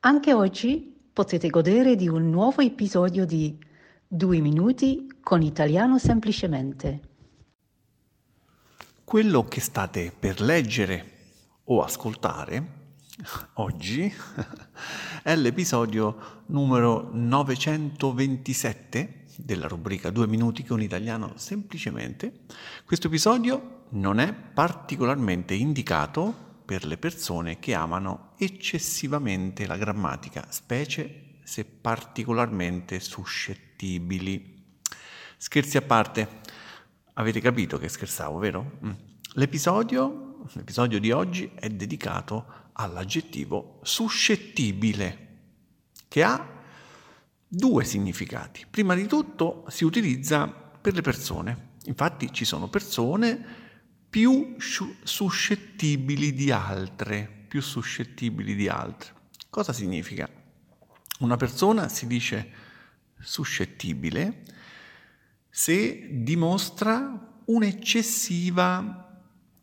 Anche oggi potete godere di un nuovo episodio di 2 minuti con Italiano semplicemente. Quello che state per leggere o ascoltare oggi è l'episodio numero 927 della rubrica 2 minuti con Italiano semplicemente. Questo episodio non è particolarmente indicato per le persone che amano eccessivamente la grammatica, specie se particolarmente suscettibili. Scherzi a parte, avete capito che scherzavo, vero? L'episodio di oggi è dedicato all'aggettivo suscettibile, che ha due significati. Prima di tutto si utilizza per le persone. Infatti ci sono persone più suscettibili di altre, Cosa significa? Una persona si dice suscettibile se dimostra un'eccessiva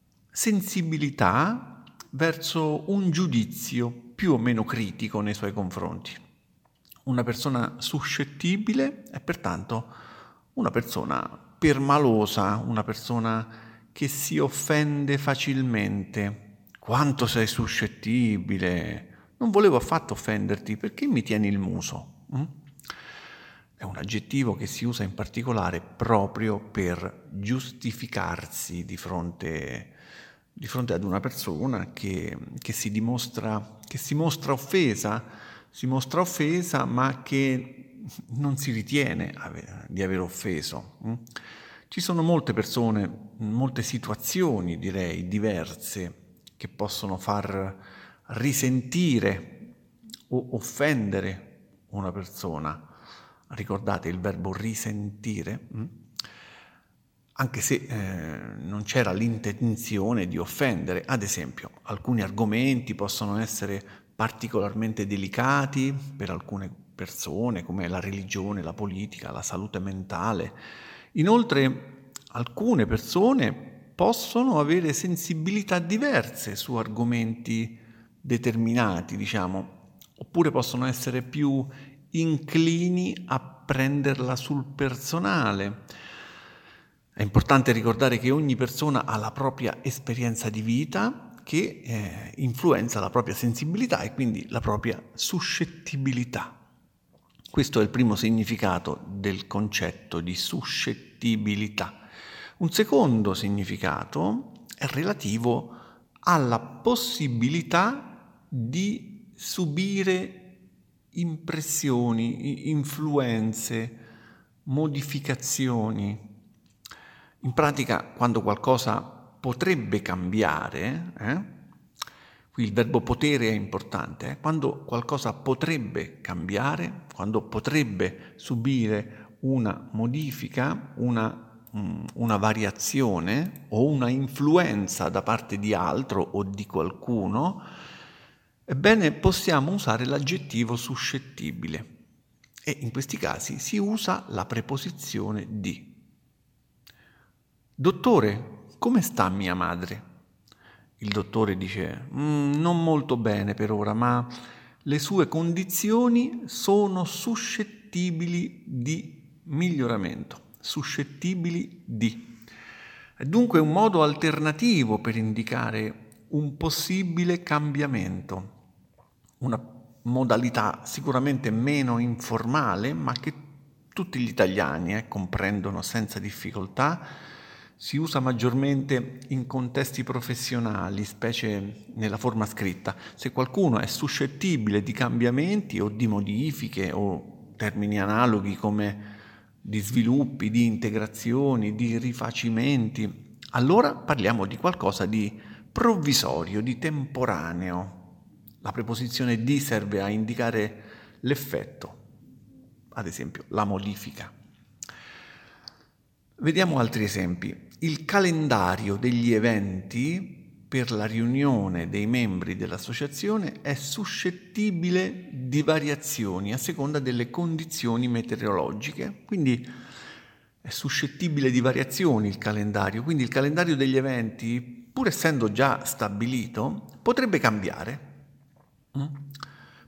sensibilità verso un giudizio più o meno critico nei suoi confronti. Una persona suscettibile è pertanto una persona permalosa, una persona che si offende facilmente. Quanto sei suscettibile! Non volevo affatto offenderti, perché mi tieni il muso? È un aggettivo che si usa in particolare proprio per giustificarsi di fronte ad una persona che si mostra offesa, ma che non si ritiene di aver offeso. Ci sono molte persone, molte situazioni, direi, diverse, che possono far risentire o offendere una persona. Ricordate il verbo risentire? Anche se non c'era l'intenzione di offendere. Ad esempio, alcuni argomenti possono essere particolarmente delicati per alcune persone, come la religione, la politica, la salute mentale. Inoltre, alcune persone possono avere sensibilità diverse su argomenti determinati, diciamo, oppure possono essere più inclini a prenderla sul personale. È importante ricordare che ogni persona ha la propria esperienza di vita che influenza la propria sensibilità e quindi la propria suscettibilità. Questo è il primo significato del concetto di suscettibilità. Un secondo significato è relativo alla possibilità di subire impressioni, influenze, modificazioni. In pratica, quando qualcosa potrebbe cambiare, qui il verbo potere è importante, quando qualcosa potrebbe cambiare, quando potrebbe subire una modifica, una variazione o una influenza da parte di altro o di qualcuno, ebbene possiamo usare l'aggettivo suscettibile e in questi casi si usa la preposizione di. Dottore, come sta mia madre? Il dottore dice, non molto bene per ora, ma le sue condizioni sono suscettibili di miglioramento, suscettibili di. È dunque un modo alternativo per indicare un possibile cambiamento, una modalità sicuramente meno informale, ma che tutti gli italiani comprendono senza difficoltà. Si usa maggiormente in contesti professionali, specie nella forma scritta. Se qualcuno è suscettibile di cambiamenti o di modifiche o termini analoghi come di sviluppi, di integrazioni, di rifacimenti, allora parliamo di qualcosa di provvisorio, di temporaneo. La preposizione di serve a indicare l'effetto, ad esempio la modifica. Vediamo altri esempi. Il calendario degli eventi per la riunione dei membri dell'associazione è suscettibile di variazioni a seconda delle condizioni meteorologiche, quindi è suscettibile di variazioni il calendario, quindi il calendario degli eventi, pur essendo già stabilito, potrebbe cambiare.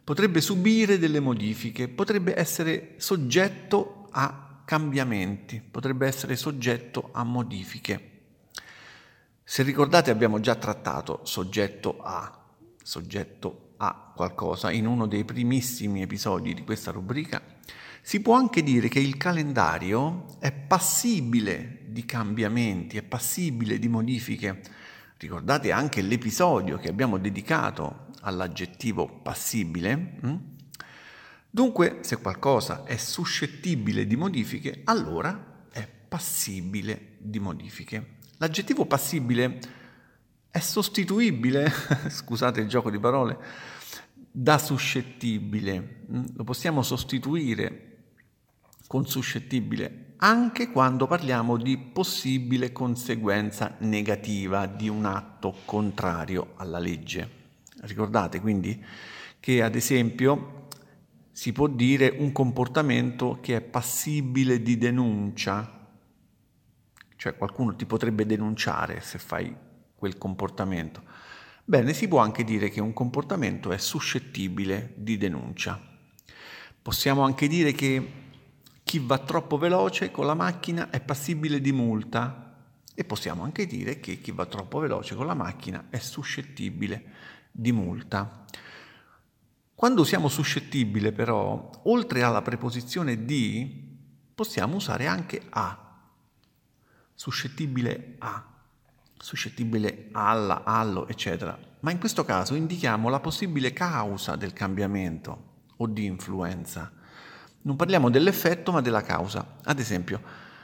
potrebbe subire delle modifiche, potrebbe essere soggetto a cambiamenti, potrebbe essere soggetto a modifiche. Se ricordate abbiamo già trattato soggetto a qualcosa in uno dei primissimi episodi di questa rubrica. Si può anche dire che il calendario è passibile di cambiamenti, è passibile di modifiche. Ricordate anche l'episodio che abbiamo dedicato all'aggettivo passibile? Dunque, se qualcosa è suscettibile di modifiche, allora è passibile di modifiche. L'aggettivo passibile è sostituibile, scusate il gioco di parole, da suscettibile. Lo possiamo sostituire con suscettibile anche quando parliamo di possibile conseguenza negativa di un atto contrario alla legge. Ricordate quindi che ad esempio si può dire un comportamento che è passibile di denuncia, cioè qualcuno ti potrebbe denunciare se fai quel comportamento. Bene, si può anche dire che un comportamento è suscettibile di denuncia. Possiamo anche dire che chi va troppo veloce con la macchina è passibile di multa e possiamo anche dire che chi va troppo veloce con la macchina è suscettibile di multa. Quando usiamo suscettibile però, oltre alla preposizione di, possiamo usare anche a. Suscettibile a, suscettibile alla, allo, eccetera. Ma in questo caso indichiamo la possibile causa del cambiamento o di influenza. Non parliamo dell'effetto ma della causa. Ad esempio,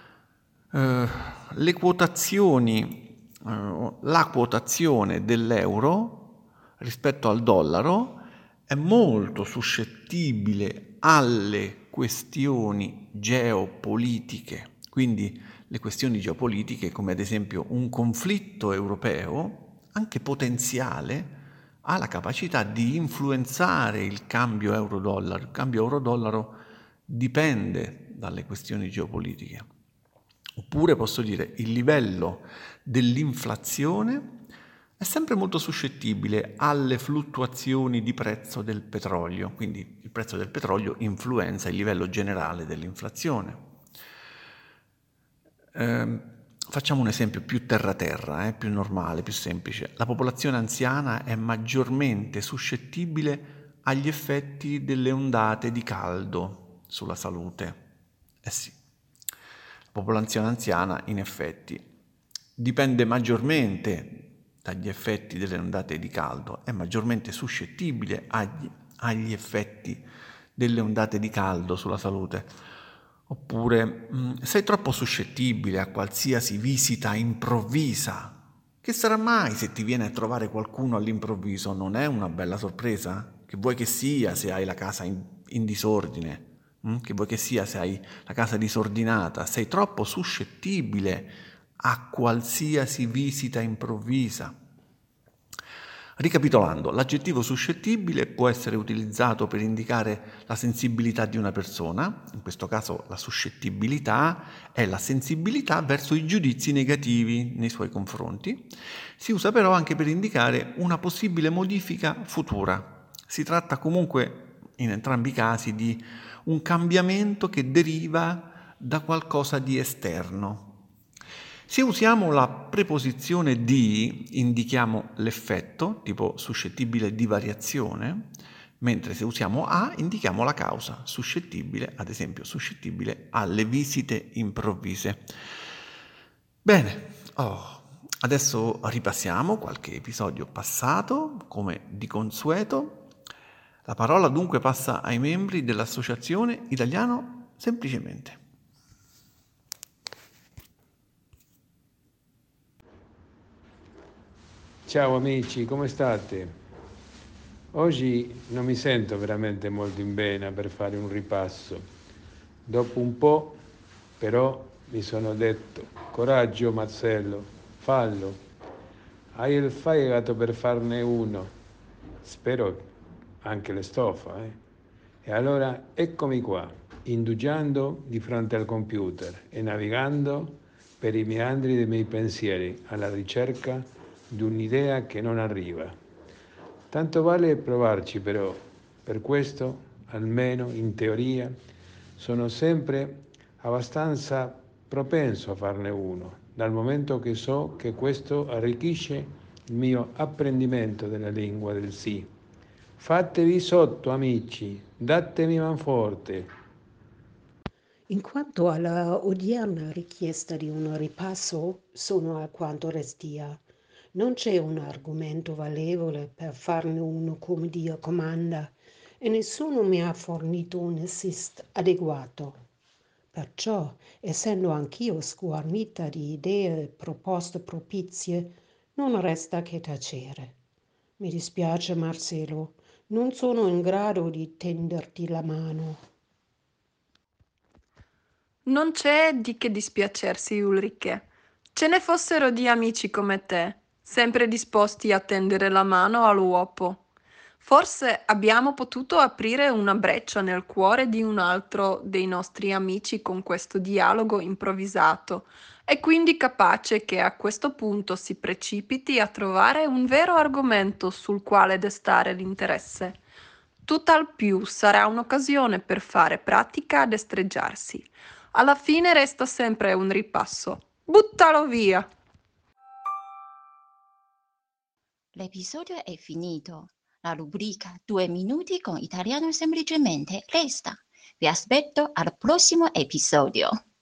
le quotazioni, la quotazione dell'euro rispetto al dollaro è molto suscettibile alle questioni geopolitiche. Quindi le questioni geopolitiche, come ad esempio un conflitto europeo, anche potenziale, ha la capacità di influenzare il cambio euro-dollaro. Il cambio euro-dollaro dipende dalle questioni geopolitiche. Oppure posso dire il livello dell'inflazione è sempre molto suscettibile alle fluttuazioni di prezzo del petrolio, quindi il prezzo del petrolio influenza il livello generale dell'inflazione. Facciamo un esempio più terra-terra, più normale, più semplice. La popolazione anziana è maggiormente suscettibile agli effetti delle ondate di caldo sulla salute. Sì, la popolazione anziana in effetti dipende maggiormente dagli effetti delle ondate di caldo, è maggiormente suscettibile agli effetti delle ondate di caldo sulla salute. Oppure sei troppo suscettibile a qualsiasi visita improvvisa. Che sarà mai se ti viene a trovare qualcuno all'improvviso? Non è una bella sorpresa? Che vuoi che sia se hai la casa in disordine? Che vuoi che sia se hai la casa disordinata? Sei troppo suscettibile a qualsiasi visita improvvisa. Ricapitolando, l'aggettivo suscettibile può essere utilizzato per indicare la sensibilità di una persona, in questo caso la suscettibilità è la sensibilità verso i giudizi negativi nei suoi confronti. Si usa però anche per indicare una possibile modifica futura. Si tratta comunque in entrambi i casi di un cambiamento che deriva da qualcosa di esterno. Se usiamo la preposizione di, indichiamo l'effetto, tipo suscettibile di variazione, mentre se usiamo a, indichiamo la causa, suscettibile, ad esempio, suscettibile alle visite improvvise. Bene, adesso ripassiamo qualche episodio passato, come di consueto. La parola dunque passa ai membri dell'Associazione Italiano Semplicemente. Ciao amici, come state? Oggi non mi sento veramente molto in vena per fare un ripasso. Dopo un po', però, mi sono detto, coraggio Marcello, fallo. Hai il fegato per farne uno. Spero anche l'estofa, E allora eccomi qua, indugiando di fronte al computer e navigando per i meandri dei miei pensieri alla ricerca di un'idea che non arriva. Tanto vale provarci però, Per questo, almeno in teoria, sono sempre abbastanza propenso a farne uno, dal momento che so che questo arricchisce il mio apprendimento della lingua del sì. Fatevi sotto, amici, datemi manforte. In quanto alla odierna richiesta di un ripasso, sono alquanto restia. Non c'è un argomento valevole per farne uno come Dio comanda e nessuno mi ha fornito un assist adeguato. Perciò, essendo anch'io sguarnita di idee e proposte propizie, non resta che tacere. Mi dispiace, Marcello, non sono in grado di tenderti la mano. Non c'è di che dispiacersi, Ulrike. Ce ne fossero di amici come te, sempre disposti a tendere la mano all'uopo. Forse abbiamo potuto aprire una breccia nel cuore di un altro dei nostri amici con questo dialogo improvvisato, e quindi capace che a questo punto si precipiti a trovare un vero argomento sul quale destare l'interesse. Tutt'al più sarà un'occasione per fare pratica a destreggiarsi. Alla fine resta sempre un ripasso. Buttalo via! L'episodio è finito. La rubrica 2 minuti con italiano semplicemente resta. Vi aspetto al prossimo episodio.